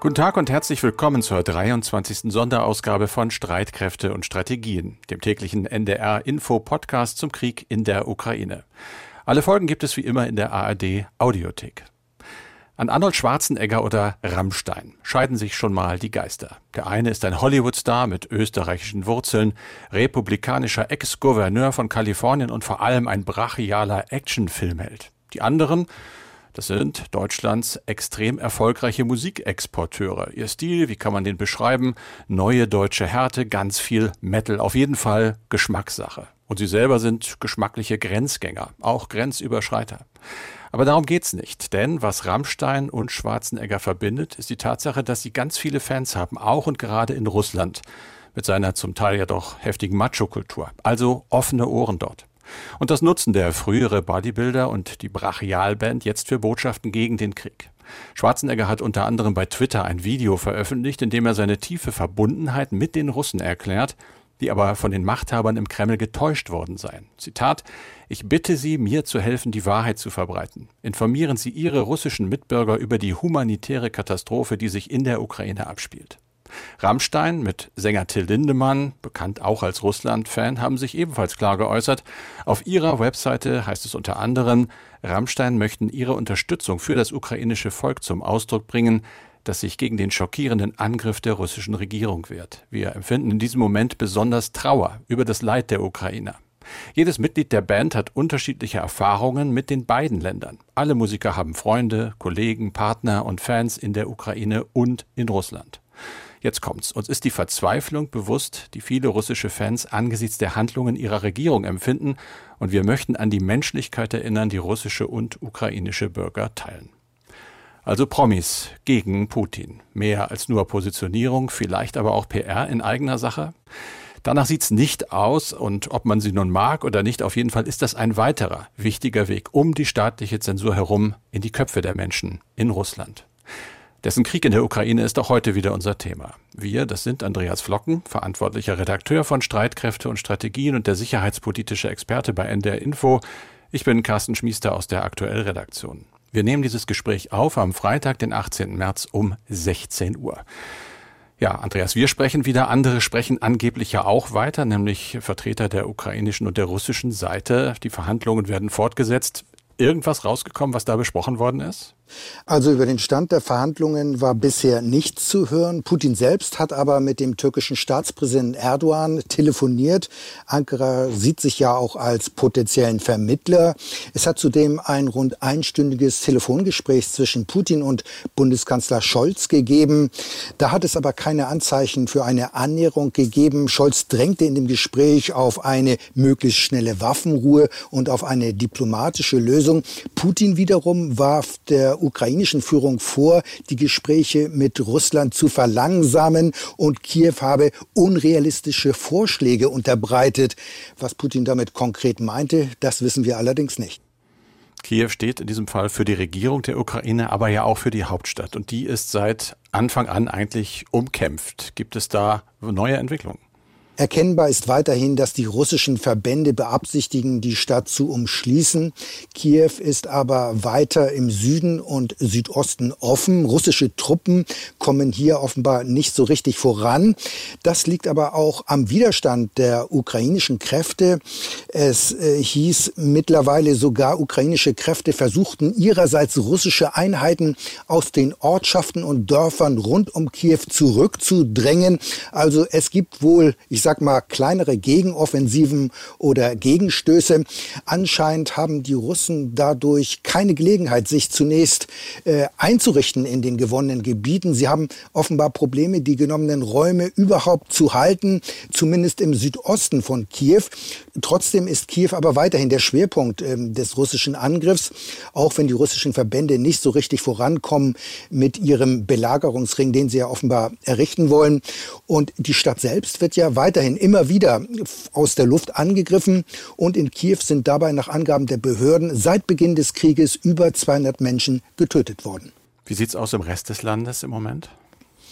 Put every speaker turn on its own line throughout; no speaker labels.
Guten Tag und herzlich willkommen zur 23. Sonderausgabe von Streitkräfte und Strategien, dem täglichen NDR-Info-Podcast zum Krieg in der Ukraine. Alle Folgen gibt es wie immer in der ARD-Audiothek. An Arnold Schwarzenegger oder Rammstein scheiden sich schon mal die Geister. Der eine ist ein Hollywood-Star mit österreichischen Wurzeln, republikanischer Ex-Gouverneur von Kalifornien und vor allem ein brachialer Actionfilmheld. Die anderen, das sind Deutschlands extrem erfolgreiche Musikexporteure. Ihr Stil, wie kann man den beschreiben? Neue deutsche Härte, ganz viel Metal, auf jeden Fall Geschmackssache. Und sie selber sind geschmackliche Grenzgänger, auch Grenzüberschreiter. Aber darum geht's nicht, denn was Rammstein und Schwarzenegger verbindet, ist die Tatsache, dass sie ganz viele Fans haben, auch und gerade in Russland, mit seiner zum Teil ja doch heftigen Macho-Kultur. Also offene Ohren dort. Und das nutzen der frühere Bodybuilder und die Brachialband jetzt für Botschaften gegen den Krieg. Schwarzenegger hat unter anderem bei Twitter ein Video veröffentlicht, in dem er seine tiefe Verbundenheit mit den Russen erklärt, die aber von den Machthabern im Kreml getäuscht worden seien. Zitat: Ich bitte Sie, mir zu helfen, die Wahrheit zu verbreiten. Informieren Sie Ihre russischen Mitbürger über die humanitäre Katastrophe, die sich in der Ukraine abspielt. Rammstein mit Sänger Till Lindemann, bekannt auch als Russland-Fan, haben sich ebenfalls klar geäußert. Auf ihrer Webseite heißt es unter anderem, Rammstein möchten ihre Unterstützung für das ukrainische Volk zum Ausdruck bringen, das sich gegen den schockierenden Angriff der russischen Regierung wehrt. Wir empfinden in diesem Moment besonders Trauer über das Leid der Ukrainer. Jedes Mitglied der Band hat unterschiedliche Erfahrungen mit den beiden Ländern. Alle Musiker haben Freunde, Kollegen, Partner und Fans in der Ukraine und in Russland. Jetzt kommt's. Uns ist die Verzweiflung bewusst, die viele russische Fans angesichts der Handlungen ihrer Regierung empfinden, und wir möchten an die Menschlichkeit erinnern, die russische und ukrainische Bürger teilen. Also Promis gegen Putin. Mehr als nur Positionierung, vielleicht aber auch PR in eigener Sache? Danach sieht's nicht aus, und ob man sie nun mag oder nicht, auf jeden Fall ist das ein weiterer wichtiger Weg um die staatliche Zensur herum in die Köpfe der Menschen in Russland. Dessen Krieg in der Ukraine ist auch heute wieder unser Thema. Wir, das sind Andreas Flocken, verantwortlicher Redakteur von Streitkräfte und Strategien und der sicherheitspolitische Experte bei NDR Info. Ich bin Carsten Schmiester aus der Aktuell-Redaktion. Wir nehmen dieses Gespräch auf am Freitag, den 18. März um 16 Uhr. Ja, Andreas, wir sprechen wieder, andere sprechen angeblich ja auch weiter, nämlich Vertreter der ukrainischen und der russischen Seite. Die Verhandlungen werden fortgesetzt. Irgendwas rausgekommen, was da besprochen worden ist?
Also über den Stand der Verhandlungen war bisher nichts zu hören. Putin selbst hat aber mit dem türkischen Staatspräsidenten Erdogan telefoniert. Ankara sieht sich ja auch als potenziellen Vermittler. Es hat zudem ein rund einstündiges Telefongespräch zwischen Putin und Bundeskanzler Scholz gegeben. Da hat es aber keine Anzeichen für eine Annäherung gegeben. Scholz drängte in dem Gespräch auf eine möglichst schnelle Waffenruhe und auf eine diplomatische Lösung. Putin wiederum warf der ukrainischen Führung vor, die Gespräche mit Russland zu verlangsamen, und Kiew habe unrealistische Vorschläge unterbreitet. Was Putin damit konkret meinte, das wissen wir allerdings nicht.
Kiew steht in diesem Fall für die Regierung der Ukraine, aber ja auch für die Hauptstadt. Und die ist seit Anfang an eigentlich umkämpft. Gibt es da neue Entwicklungen?
Erkennbar ist weiterhin, dass die russischen Verbände beabsichtigen, die Stadt zu umschließen. Kiew ist aber weiter im Süden und Südosten offen. Russische Truppen kommen hier offenbar nicht so richtig voran. Das liegt aber auch am Widerstand der ukrainischen Kräfte. Es hieß mittlerweile, sogar ukrainische Kräfte versuchten ihrerseits russische Einheiten aus den Ortschaften und Dörfern rund um Kiew zurückzudrängen. Also es gibt wohl, ich sag mal, kleinere Gegenoffensiven oder Gegenstöße. Anscheinend haben die Russen dadurch keine Gelegenheit, sich zunächst einzurichten in den gewonnenen Gebieten. Sie haben offenbar Probleme, die genommenen Räume überhaupt zu halten, zumindest im Südosten von Kiew. Trotzdem ist Kiew aber weiterhin der Schwerpunkt des russischen Angriffs, auch wenn die russischen Verbände nicht so richtig vorankommen mit ihrem Belagerungsring, den sie ja offenbar errichten wollen. Und die Stadt selbst wird ja weiterhin immer wieder aus der Luft angegriffen, und in Kiew sind dabei nach Angaben der Behörden seit Beginn des Krieges über 200 Menschen getötet worden.
Wie sieht es aus im Rest des Landes im Moment?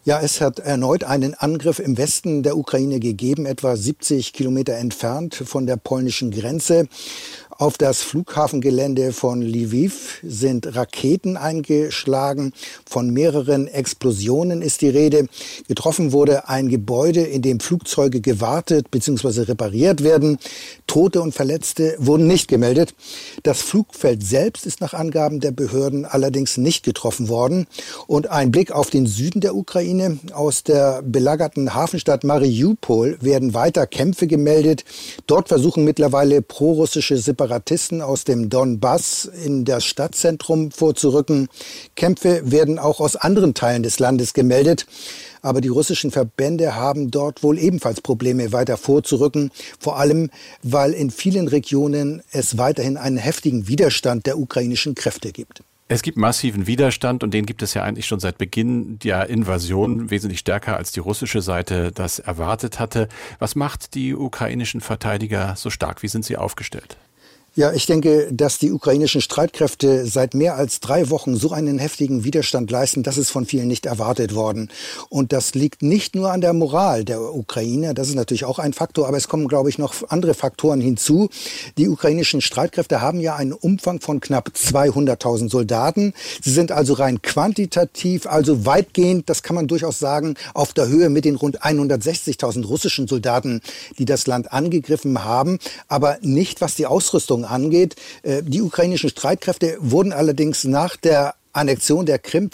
Ja, es hat erneut einen Angriff im Westen der Ukraine gegeben, etwa 70 Kilometer entfernt von der polnischen Grenze. Auf das Flughafengelände von Lviv sind Raketen eingeschlagen. Von mehreren Explosionen ist die Rede. Getroffen wurde ein Gebäude, in dem Flugzeuge gewartet bzw. repariert werden. Tote und Verletzte wurden nicht gemeldet. Das Flugfeld selbst ist nach Angaben der Behörden allerdings nicht getroffen worden. Und ein Blick auf den Süden der Ukraine. Aus der belagerten Hafenstadt Mariupol werden weiter Kämpfe gemeldet. Dort versuchen mittlerweile prorussische Separatisten aus dem Donbass in das Stadtzentrum vorzurücken. Kämpfe werden auch aus anderen Teilen des Landes gemeldet. Aber die russischen Verbände haben dort wohl ebenfalls Probleme, weiter vorzurücken. Vor allem, weil in vielen Regionen es weiterhin einen heftigen Widerstand der ukrainischen Kräfte gibt.
Es gibt massiven Widerstand und den gibt es ja eigentlich schon seit Beginn der Invasion, wesentlich stärker als die russische Seite das erwartet hatte. Was macht die ukrainischen Verteidiger so stark? Wie sind sie aufgestellt?
Ja, ich denke, dass die ukrainischen Streitkräfte seit mehr als 3 Wochen so einen heftigen Widerstand leisten, das ist von vielen nicht erwartet worden. Und das liegt nicht nur an der Moral der Ukrainer, das ist natürlich auch ein Faktor, aber es kommen, glaube ich, noch andere Faktoren hinzu. Die ukrainischen Streitkräfte haben ja einen Umfang von knapp 200.000 Soldaten. Sie sind also rein quantitativ, also weitgehend, das kann man durchaus sagen, auf der Höhe mit den rund 160.000 russischen Soldaten, die das Land angegriffen haben, aber nicht, was die Ausrüstung angeht. Die ukrainischen Streitkräfte wurden allerdings nach der Annexion der Krim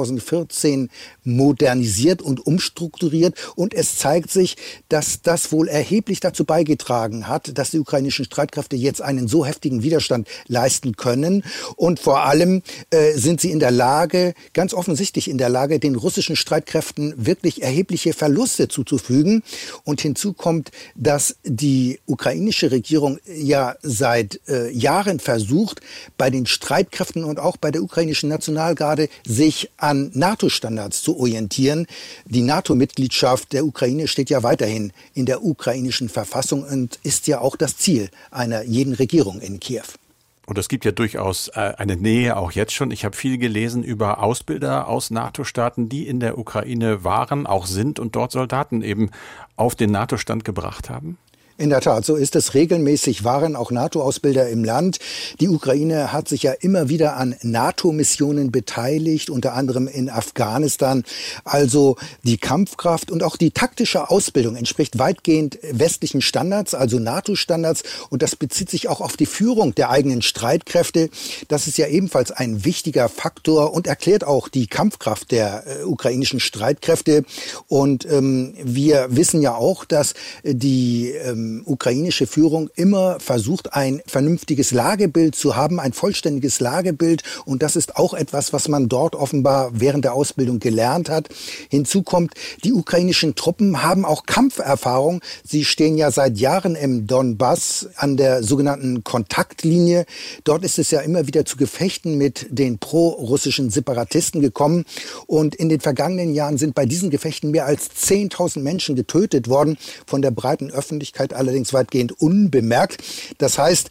2014 modernisiert und umstrukturiert. Und es zeigt sich, dass das wohl erheblich dazu beigetragen hat, dass die ukrainischen Streitkräfte jetzt einen so heftigen Widerstand leisten können. Und vor allem sind sie in der Lage, ganz offensichtlich in der Lage, den russischen Streitkräften wirklich erhebliche Verluste zuzufügen. Und hinzu kommt, dass die ukrainische Regierung ja seit Jahren versucht, bei den Streitkräften und auch bei der ukrainischen Nationalgarde sich an NATO-Standards zu orientieren. Die NATO-Mitgliedschaft der Ukraine steht ja weiterhin in der ukrainischen Verfassung und ist ja auch das Ziel einer jeden Regierung in Kiew.
Und es gibt ja durchaus eine Nähe auch jetzt schon. Ich habe viel gelesen über Ausbilder aus NATO-Staaten, die in der Ukraine waren, auch sind und dort Soldaten eben auf den NATO-Stand gebracht haben.
In der Tat, so ist es. Regelmäßig waren auch NATO-Ausbilder im Land. Die Ukraine hat sich ja immer wieder an NATO-Missionen beteiligt, unter anderem in Afghanistan. Also die Kampfkraft und auch die taktische Ausbildung entspricht weitgehend westlichen Standards, also NATO-Standards. Und das bezieht sich auch auf die Führung der eigenen Streitkräfte. Das ist ja ebenfalls ein wichtiger Faktor und erklärt auch die Kampfkraft der ukrainischen Streitkräfte. Und wir wissen ja auch, dass die ukrainische Führung immer versucht, ein vernünftiges Lagebild zu haben, ein vollständiges Lagebild. Und das ist auch etwas, was man dort offenbar während der Ausbildung gelernt hat. Hinzu kommt, die ukrainischen Truppen haben auch Kampferfahrung. Sie stehen ja seit Jahren im Donbass an der sogenannten Kontaktlinie. Dort ist es ja immer wieder zu Gefechten mit den pro-russischen Separatisten gekommen. Und in den vergangenen Jahren sind bei diesen Gefechten mehr als 10.000 Menschen getötet worden, von der breiten Öffentlichkeit allerdings weitgehend unbemerkt. Das heißt,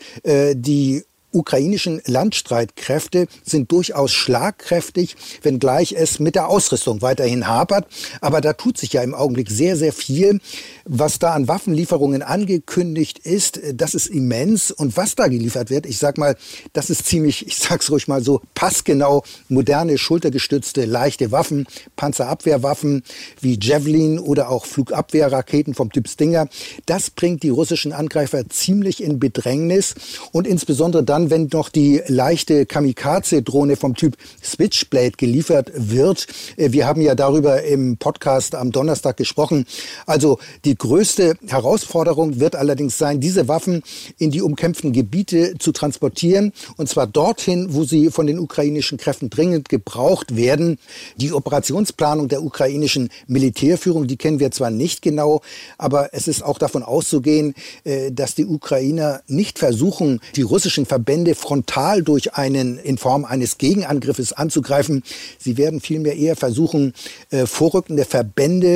die ukrainischen Landstreitkräfte sind durchaus schlagkräftig, wenngleich es mit der Ausrüstung weiterhin hapert. Aber da tut sich ja im Augenblick sehr, sehr viel. Was da an Waffenlieferungen angekündigt ist, das ist immens. Und was da geliefert wird, ich sag mal, das ist ziemlich, ich sag's ruhig mal so, passgenau moderne, schultergestützte, leichte Waffen, Panzerabwehrwaffen wie Javelin oder auch Flugabwehrraketen vom Typ Stinger. Das bringt die russischen Angreifer ziemlich in Bedrängnis und insbesondere dann, wenn noch die leichte Kamikaze-Drohne vom Typ Switchblade geliefert wird. Wir haben ja darüber im Podcast am Donnerstag gesprochen. Also die größte Herausforderung wird allerdings sein, diese Waffen in die umkämpften Gebiete zu transportieren. Und zwar dorthin, wo sie von den ukrainischen Kräften dringend gebraucht werden. Die Operationsplanung der ukrainischen Militärführung, die kennen wir zwar nicht genau, aber es ist auch davon auszugehen, dass die Ukrainer nicht versuchen, die russischen Verbände frontal in Form eines Gegenangriffes anzugreifen. Sie werden vielmehr eher versuchen, vorrückende Verbände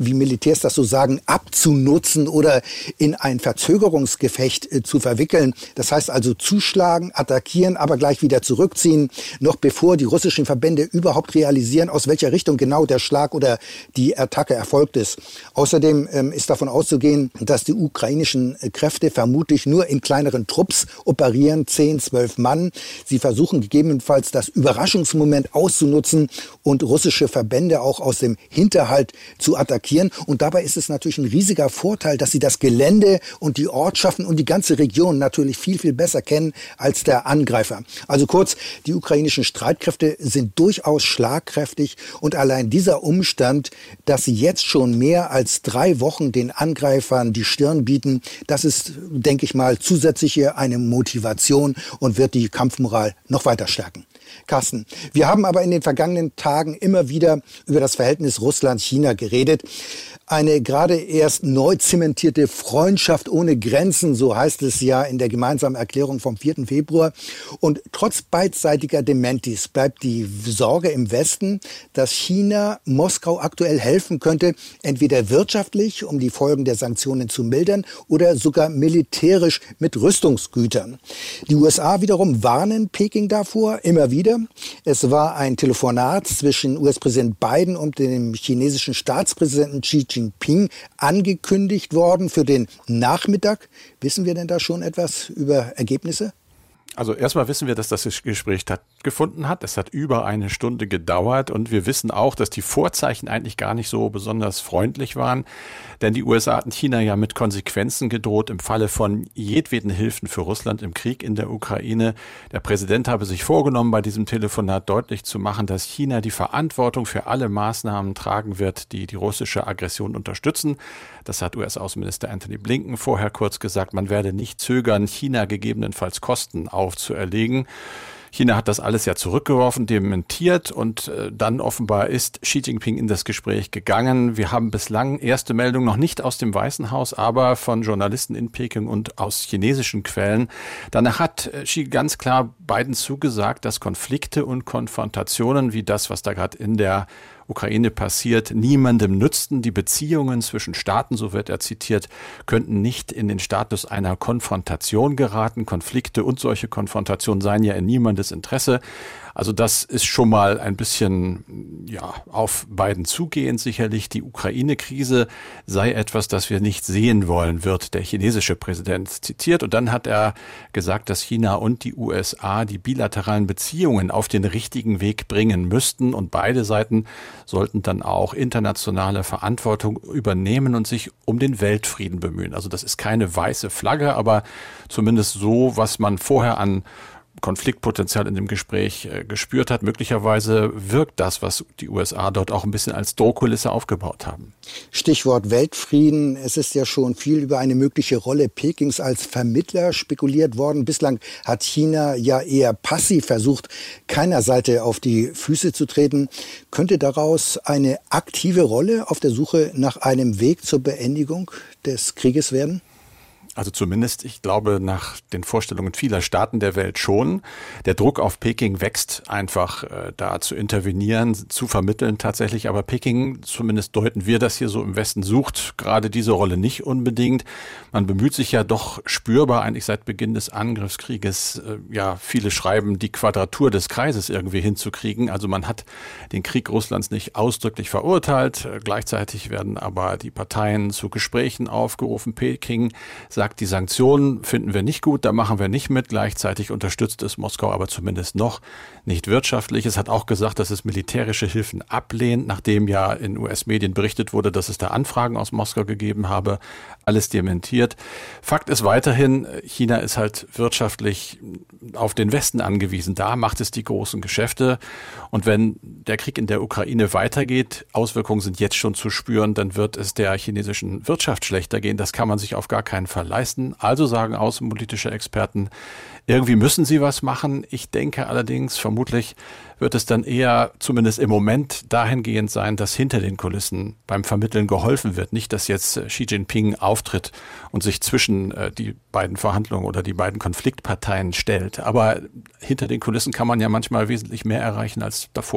wie Militärs das so sagen, abzunutzen oder in ein Verzögerungsgefecht zu verwickeln. Das heißt also zuschlagen, attackieren, aber gleich wieder zurückziehen, noch bevor die russischen Verbände überhaupt realisieren, aus welcher Richtung genau der Schlag oder die Attacke erfolgt ist. Außerdem ist davon auszugehen, dass die ukrainischen Kräfte vermutlich nur in kleineren Trupps operieren, 10, 12 Mann. Sie versuchen gegebenenfalls das Überraschungsmoment auszunutzen und russische Verbände auch aus dem Hinterhalt zu attackieren. Und dabei ist es natürlich ein riesiger Vorteil, dass sie das Gelände und die Ortschaften und die ganze Region natürlich viel, viel besser kennen als der Angreifer. Also kurz, die ukrainischen Streitkräfte sind durchaus schlagkräftig und allein dieser Umstand, dass sie jetzt schon mehr als 3 Wochen den Angreifern die Stirn bieten, das ist, denke ich mal, zusätzliche eine Motivation und wird die Kampfmoral noch weiter stärken. Carsten, wir haben aber in den vergangenen Tagen immer wieder über das Verhältnis Russland-China geredet. Eine gerade erst neu zementierte Freundschaft ohne Grenzen, so heißt es ja in der gemeinsamen Erklärung vom 4. Februar. Und trotz beidseitiger Dementis bleibt die Sorge im Westen, dass China Moskau aktuell helfen könnte, entweder wirtschaftlich, um die Folgen der Sanktionen zu mildern, oder sogar militärisch mit Rüstungsgütern. Die USA wiederum warnen Peking davor immer wieder. Es war ein Telefonat zwischen US-Präsident Biden und dem chinesischen Staatspräsidenten Xi Jinping angekündigt worden für den Nachmittag. Wissen wir denn da schon etwas über Ergebnisse?
Also erstmal wissen wir, dass das Gespräch stattgefunden hat. Es hat über 1 Stunde gedauert und wir wissen auch, dass die Vorzeichen eigentlich gar nicht so besonders freundlich waren. Denn die USA hatten China ja mit Konsequenzen gedroht im Falle von jedweden Hilfen für Russland im Krieg in der Ukraine. Der Präsident habe sich vorgenommen, bei diesem Telefonat deutlich zu machen, dass China die Verantwortung für alle Maßnahmen tragen wird, die die russische Aggression unterstützen. Das hat US-Außenminister Antony Blinken vorher kurz gesagt. Man werde nicht zögern, China gegebenenfalls Kosten aufzuerlegen. China hat das alles ja zurückgeworfen, dementiert und dann offenbar ist Xi Jinping in das Gespräch gegangen. Wir haben bislang erste Meldungen noch nicht aus dem Weißen Haus, aber von Journalisten in Peking und aus chinesischen Quellen. Danach hat Xi ganz klar Biden zugesagt, dass Konflikte und Konfrontationen wie das, was da gerade in der Ukraine passiert, niemandem nützten. Die Beziehungen zwischen Staaten, so wird er zitiert, könnten nicht in den Status einer Konfrontation geraten. Konflikte und solche Konfrontationen seien ja in niemandes Interesse. Also das ist schon mal ein bisschen auf Biden zugehend sicherlich. Die Ukraine-Krise sei etwas, das wir nicht sehen wollen, wird der chinesische Präsident zitiert. Und dann hat er gesagt, dass China und die USA die bilateralen Beziehungen auf den richtigen Weg bringen müssten. Und beide Seiten sollten dann auch internationale Verantwortung übernehmen und sich um den Weltfrieden bemühen. Also das ist keine weiße Flagge, aber zumindest so, was man vorher an Konfliktpotenzial in dem Gespräch gespürt hat. Möglicherweise wirkt das, was die USA dort auch ein bisschen als Drohkulisse aufgebaut haben.
Stichwort Weltfrieden. Es ist ja schon viel über eine mögliche Rolle Pekings als Vermittler spekuliert worden. Bislang hat China ja eher passiv versucht, keiner Seite auf die Füße zu treten. Könnte daraus eine aktive Rolle auf der Suche nach einem Weg zur Beendigung des Krieges werden?
Also zumindest, ich glaube, nach den Vorstellungen vieler Staaten der Welt schon. Der Druck auf Peking wächst einfach, da zu intervenieren, zu vermitteln tatsächlich. Aber Peking, zumindest deuten wir das hier so im Westen, sucht gerade diese Rolle nicht unbedingt. Man bemüht sich ja doch spürbar eigentlich seit Beginn des Angriffskrieges, viele schreiben, die Quadratur des Kreises irgendwie hinzukriegen. Also man hat den Krieg Russlands nicht ausdrücklich verurteilt. Gleichzeitig werden aber die Parteien zu Gesprächen aufgerufen. Peking sagt, die Sanktionen finden wir nicht gut, da machen wir nicht mit. Gleichzeitig unterstützt es Moskau aber zumindest noch nicht wirtschaftlich. Es hat auch gesagt, dass es militärische Hilfen ablehnt, nachdem ja in US-Medien berichtet wurde, dass es da Anfragen aus Moskau gegeben habe. Alles dementiert. Fakt ist weiterhin, China ist halt wirtschaftlich auf den Westen angewiesen. Da macht es die großen Geschäfte. Und wenn der Krieg in der Ukraine weitergeht, Auswirkungen sind jetzt schon zu spüren, dann wird es der chinesischen Wirtschaft schlechter gehen. Das kann man sich auf gar keinen Fall leisten. Also sagen außenpolitische Experten, irgendwie müssen sie was machen. Ich denke allerdings, vermutlich wird es dann eher, zumindest im Moment, dahingehend sein, dass hinter den Kulissen beim Vermitteln geholfen wird. Nicht, dass jetzt Xi Jinping auftritt und sich zwischen die beiden Verhandlungen oder die beiden Konfliktparteien stellt. Aber hinter den Kulissen kann man ja manchmal wesentlich mehr erreichen als davor.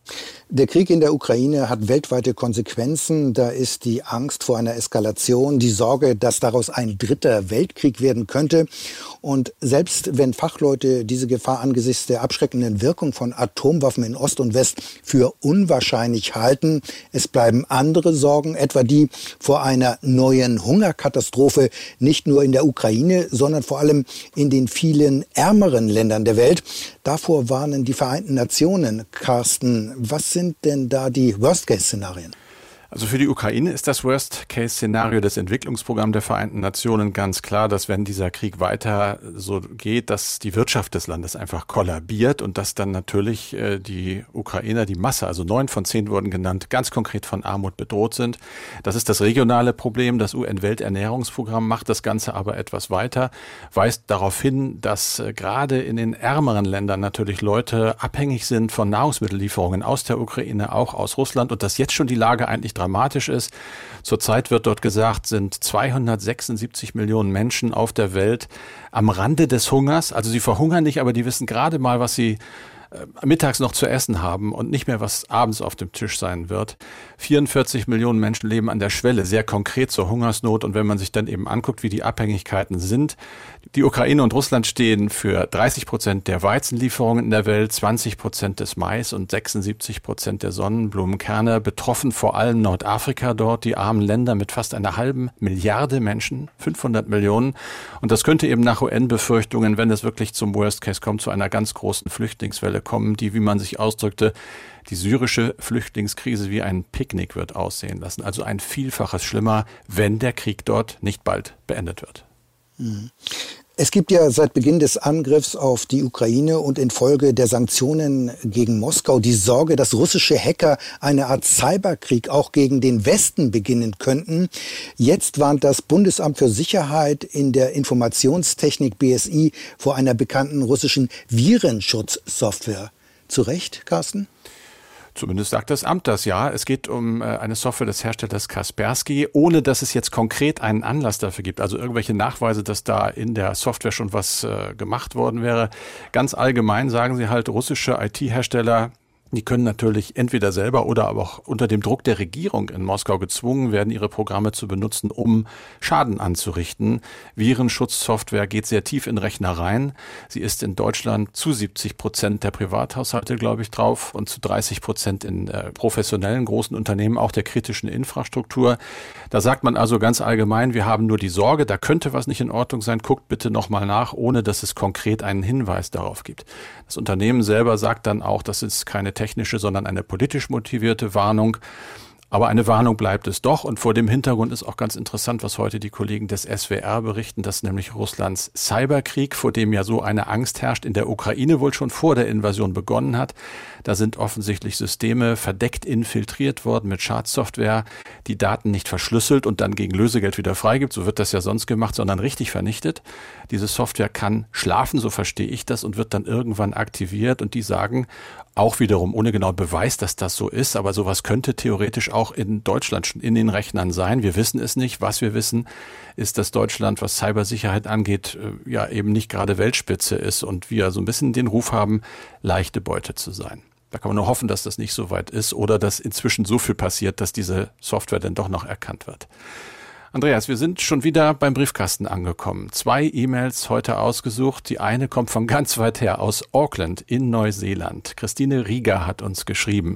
Der Krieg in der Ukraine hat weltweite Konsequenzen. Da ist die Angst vor einer Eskalation, die Sorge, dass daraus ein dritter Weltkrieg werden könnte. Und selbst wenn Fachleute diese Gefahr angesichts der abschreckenden Wirkung von Atomwaffen in Ost und West für unwahrscheinlich halten, es bleiben andere Sorgen, etwa die vor einer neuen Hungerkatastrophe, nicht nur in der Ukraine, sondern vor allem in den vielen ärmeren Ländern der Welt. Davor warnen die Vereinten Nationen. Carsten, was sind denn da die Worst-Case-Szenarien?
Also für die Ukraine ist das Worst-Case-Szenario des Entwicklungsprogramms der Vereinten Nationen ganz klar, dass wenn dieser Krieg weiter so geht, dass die Wirtschaft des Landes einfach kollabiert und dass dann natürlich die Ukrainer, die Masse, also 9 von 10 wurden genannt, ganz konkret von Armut bedroht sind. Das ist das regionale Problem. Das UN-Welternährungsprogramm macht das Ganze aber etwas weiter, weist darauf hin, dass gerade in den ärmeren Ländern natürlich Leute abhängig sind von Nahrungsmittellieferungen aus der Ukraine, auch aus Russland und dass jetzt schon die Lage eigentlich dramatisch ist. Zurzeit wird dort gesagt, sind 276 Millionen Menschen auf der Welt am Rande des Hungers. Also sie verhungern nicht, aber die wissen gerade mal, was sie mittags noch zu essen haben und nicht mehr, was abends auf dem Tisch sein wird. 44 Millionen Menschen leben an der Schwelle, sehr konkret zur Hungersnot. Und wenn man sich dann eben anguckt, wie die Abhängigkeiten sind, die Ukraine und Russland stehen für 30% der Weizenlieferungen in der Welt, 20% des Mais und 76% der Sonnenblumenkerne. Betroffen vor allem Nordafrika dort, die armen Länder mit fast einer halben Milliarde Menschen, 500 Millionen. Und das könnte eben nach UN-Befürchtungen, wenn es wirklich zum Worst Case kommt, zu einer ganz großen Flüchtlingswelle kommen, die, wie man sich ausdrückte, die syrische Flüchtlingskrise wie ein Picknick wird aussehen lassen. Also ein Vielfaches schlimmer, wenn der Krieg dort nicht bald beendet wird.
Es gibt ja seit Beginn des Angriffs auf die Ukraine und infolge der Sanktionen gegen Moskau die Sorge, dass russische Hacker eine Art Cyberkrieg auch gegen den Westen beginnen könnten. Jetzt warnt das Bundesamt für Sicherheit in der Informationstechnik BSI vor einer bekannten russischen Virenschutzsoftware. Zu Recht, Carsten?
Zumindest sagt das Amt das, ja. Es geht um eine Software des Herstellers Kaspersky, ohne dass es jetzt konkret einen Anlass dafür gibt. Also irgendwelche Nachweise, dass da in der Software schon was gemacht worden wäre. Ganz allgemein sagen sie halt, russische IT-Hersteller, die können natürlich entweder selber oder aber auch unter dem Druck der Regierung in Moskau gezwungen werden, ihre Programme zu benutzen, um Schaden anzurichten. Virenschutzsoftware geht sehr tief in Rechner rein. Sie ist in Deutschland zu 70% der Privathaushalte, glaube ich, drauf und zu 30% in professionellen großen Unternehmen, auch der kritischen Infrastruktur. Da sagt man also ganz allgemein, wir haben nur die Sorge, da könnte was nicht in Ordnung sein, guckt bitte nochmal nach, ohne dass es konkret einen Hinweis darauf gibt. Das Unternehmen selber sagt dann auch, das ist keine technische, sondern eine politisch motivierte Warnung. Aber eine Warnung bleibt es doch. Und vor dem Hintergrund ist auch ganz interessant, was heute die Kollegen des SWR berichten, dass nämlich Russlands Cyberkrieg, vor dem ja so eine Angst herrscht, in der Ukraine wohl schon vor der Invasion begonnen hat. Da sind offensichtlich Systeme verdeckt infiltriert worden mit Schadsoftware, die Daten nicht verschlüsselt und dann gegen Lösegeld wieder freigibt. So wird das ja sonst gemacht, sondern richtig vernichtet. Diese Software kann schlafen, so verstehe ich das, und wird dann irgendwann aktiviert. Und die sagen auch wiederum ohne genau Beweis, dass das so ist, aber sowas könnte theoretisch auch in Deutschland schon in den Rechnern sein. Wir wissen es nicht. Was wir wissen, ist, dass Deutschland, was Cybersicherheit angeht, ja eben nicht gerade Weltspitze ist und wir so ein bisschen den Ruf haben, leichte Beute zu sein. Da kann man nur hoffen, dass das nicht so weit ist oder dass inzwischen so viel passiert, dass diese Software dann doch noch erkannt wird. Andreas, wir sind schon wieder beim Briefkasten angekommen. 2 E-Mails heute ausgesucht. Die eine kommt von ganz weit her, aus Auckland in Neuseeland. Christine Rieger hat uns geschrieben.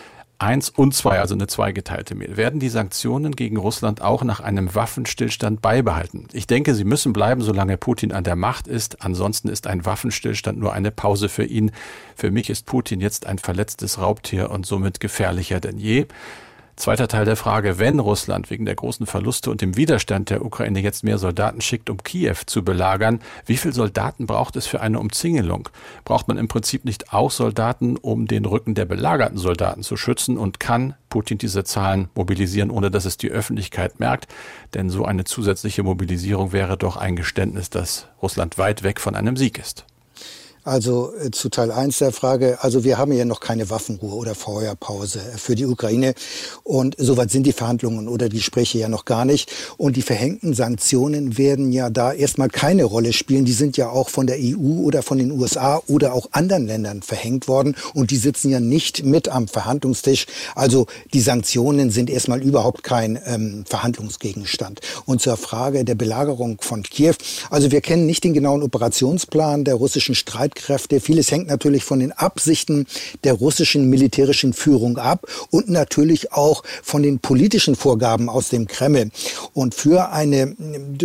1 und 2, also eine zweigeteilte Mail. Werden die Sanktionen gegen Russland auch nach einem Waffenstillstand beibehalten? Ich denke, sie müssen bleiben, solange Putin an der Macht ist. Ansonsten ist ein Waffenstillstand nur eine Pause für ihn. Für mich ist Putin jetzt ein verletztes Raubtier und somit gefährlicher denn je. Zweiter Teil der Frage, wenn Russland wegen der großen Verluste und dem Widerstand der Ukraine jetzt mehr Soldaten schickt, um Kiew zu belagern, wie viele Soldaten braucht es für eine Umzingelung? Braucht man im Prinzip nicht auch Soldaten, um den Rücken der belagerten Soldaten zu schützen? Und kann Putin diese Zahlen mobilisieren, ohne dass es die Öffentlichkeit merkt? Denn so eine zusätzliche Mobilisierung wäre doch ein Geständnis, dass Russland weit weg von einem Sieg ist.
Also zu Teil 1 der Frage, also wir haben ja noch keine Waffenruhe oder Feuerpause für die Ukraine und soweit sind die Verhandlungen oder die Gespräche ja noch gar nicht und die verhängten Sanktionen werden ja da erstmal keine Rolle spielen, die sind ja auch von der EU oder von den USA oder auch anderen Ländern verhängt worden und die sitzen ja nicht mit am Verhandlungstisch, also die Sanktionen sind erstmal überhaupt kein Verhandlungsgegenstand. Und zur Frage der Belagerung von Kiew, also wir kennen nicht den genauen Operationsplan der russischen Streitkräfte. Vieles hängt natürlich von den Absichten der russischen militärischen Führung ab und natürlich auch von den politischen Vorgaben aus dem Kreml. Und für eine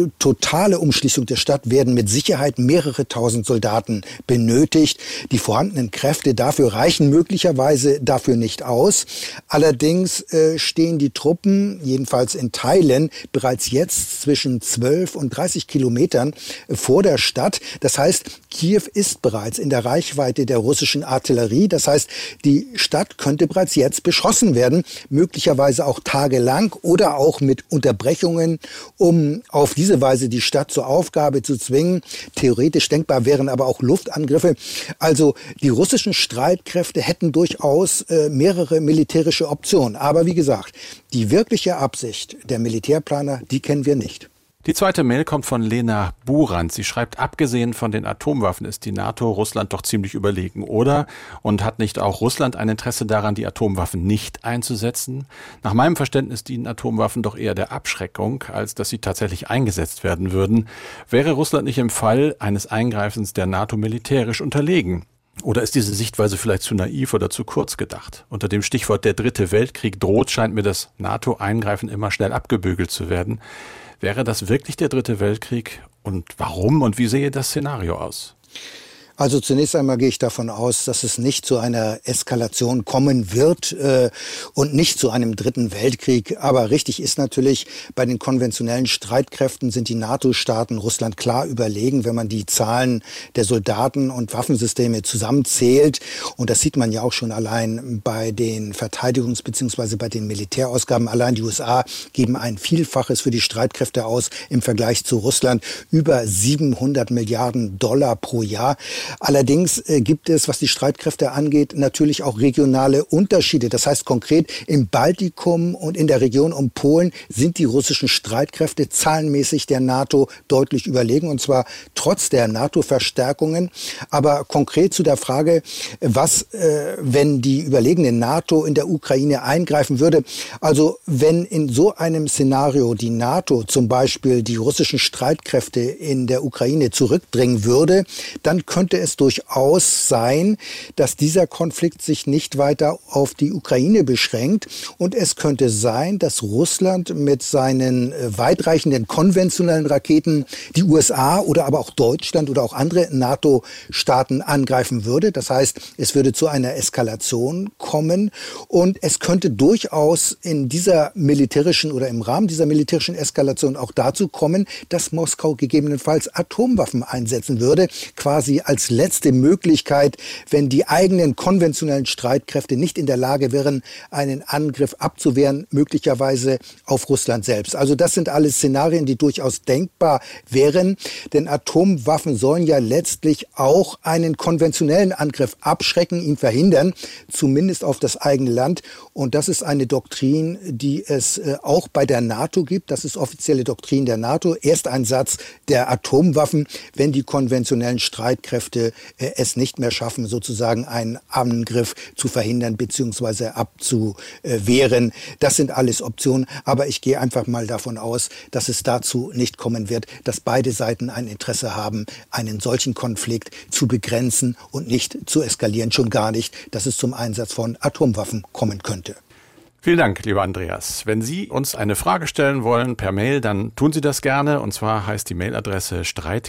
totale Umschließung der Stadt werden mit Sicherheit mehrere tausend Soldaten benötigt. Die vorhandenen Kräfte dafür reichen möglicherweise dafür nicht aus. Allerdings stehen die Truppen, jedenfalls in Teilen, bereits jetzt zwischen 12 und 30 Kilometern vor der Stadt. Das heißt, Kiew ist bereits in der Reichweite der russischen Artillerie. Das heißt, die Stadt könnte bereits jetzt beschossen werden, möglicherweise auch tagelang oder auch mit Unterbrechungen, um auf diese Weise die Stadt zur Aufgabe zu zwingen. Theoretisch denkbar wären aber auch Luftangriffe. Also die russischen Streitkräfte hätten durchaus mehrere militärische Optionen. Aber wie gesagt, die wirkliche Absicht der Militärplaner, die kennen wir nicht.
Die zweite Mail kommt von Lena Burand. Sie schreibt, abgesehen von den Atomwaffen ist die NATO Russland doch ziemlich überlegen, oder? Und hat nicht auch Russland ein Interesse daran, die Atomwaffen nicht einzusetzen? Nach meinem Verständnis dienen Atomwaffen doch eher der Abschreckung, als dass sie tatsächlich eingesetzt werden würden. Wäre Russland nicht im Fall eines Eingreifens der NATO militärisch unterlegen? Oder ist diese Sichtweise vielleicht zu naiv oder zu kurz gedacht? Unter dem Stichwort der Dritte Weltkrieg droht, scheint mir das NATO-Eingreifen immer schnell abgebügelt zu werden. Wäre das wirklich der Dritte Weltkrieg? Und warum und wie sehe das Szenario aus?
Also zunächst einmal gehe ich davon aus, dass es nicht zu einer Eskalation kommen wird und nicht zu einem Dritten Weltkrieg. Aber richtig ist natürlich, bei den konventionellen Streitkräften sind die NATO-Staaten Russland klar überlegen, wenn man die Zahlen der Soldaten und Waffensysteme zusammenzählt. Und das sieht man ja auch schon allein bei den Verteidigungs- bzw. bei den Militärausgaben. Allein die USA geben ein Vielfaches für die Streitkräfte aus im Vergleich zu Russland. Über 700 Milliarden Dollar pro Jahr. Allerdings gibt es, was die Streitkräfte angeht, natürlich auch regionale Unterschiede. Das heißt konkret, im Baltikum und in der Region um Polen sind die russischen Streitkräfte zahlenmäßig der NATO deutlich überlegen, und zwar trotz der NATO-Verstärkungen. Aber konkret zu der Frage, was, wenn die überlegene NATO in der Ukraine eingreifen würde. Also wenn in so einem Szenario die NATO zum Beispiel die russischen Streitkräfte in der Ukraine zurückdrängen würde, dann könnte es durchaus sein, dass dieser Konflikt sich nicht weiter auf die Ukraine beschränkt. Und es könnte sein, dass Russland mit seinen weitreichenden konventionellen Raketen die USA oder aber auch Deutschland oder auch andere NATO-Staaten angreifen würde. Das heißt, es würde zu einer Eskalation kommen. Und es könnte durchaus in dieser militärischen oder im Rahmen dieser militärischen Eskalation auch dazu kommen, dass Moskau gegebenenfalls Atomwaffen einsetzen würde, quasi als letzte Möglichkeit, wenn die eigenen konventionellen Streitkräfte nicht in der Lage wären, einen Angriff abzuwehren, möglicherweise auf Russland selbst. Also das sind alles Szenarien, die durchaus denkbar wären, denn Atomwaffen sollen ja letztlich auch einen konventionellen Angriff abschrecken, ihn verhindern, zumindest auf das eigene Land. Und das ist eine Doktrin, die es auch bei der NATO gibt. Das ist offizielle Doktrin der NATO. Ersteinsatz der Atomwaffen, wenn die konventionellen Streitkräfte es nicht mehr schaffen, sozusagen einen Angriff zu verhindern bzw. abzuwehren. Das sind alles Optionen, aber ich gehe einfach mal davon aus, dass es dazu nicht kommen wird, dass beide Seiten ein Interesse haben, einen solchen Konflikt zu begrenzen und nicht zu eskalieren, schon gar nicht, dass es zum Einsatz von Atomwaffen kommen könnte.
Vielen Dank, lieber Andreas. Wenn Sie uns eine Frage stellen wollen per Mail, dann tun Sie das gerne. Und zwar heißt die Mailadresse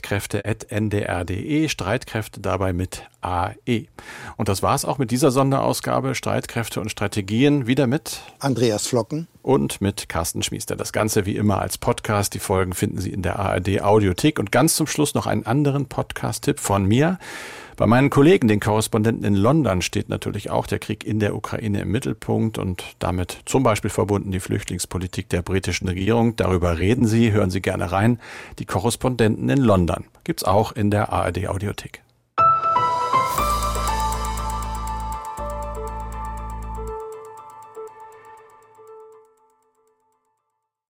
streitkräfte@ndr.de, Streitkräfte dabei mit AE. Und das war's auch mit dieser Sonderausgabe Streitkräfte und Strategien. Wieder mit
Andreas Flocken
und mit Carsten Schmiester. Das Ganze wie immer als Podcast. Die Folgen finden Sie in der ARD Audiothek. Und ganz zum Schluss noch einen anderen Podcast-Tipp von mir. Bei meinen Kollegen, den Korrespondenten in London, steht natürlich auch der Krieg in der Ukraine im Mittelpunkt und damit zum Beispiel verbunden die Flüchtlingspolitik der britischen Regierung. Darüber reden Sie, hören Sie gerne rein. Die Korrespondenten in London gibt's auch in der ARD Audiothek.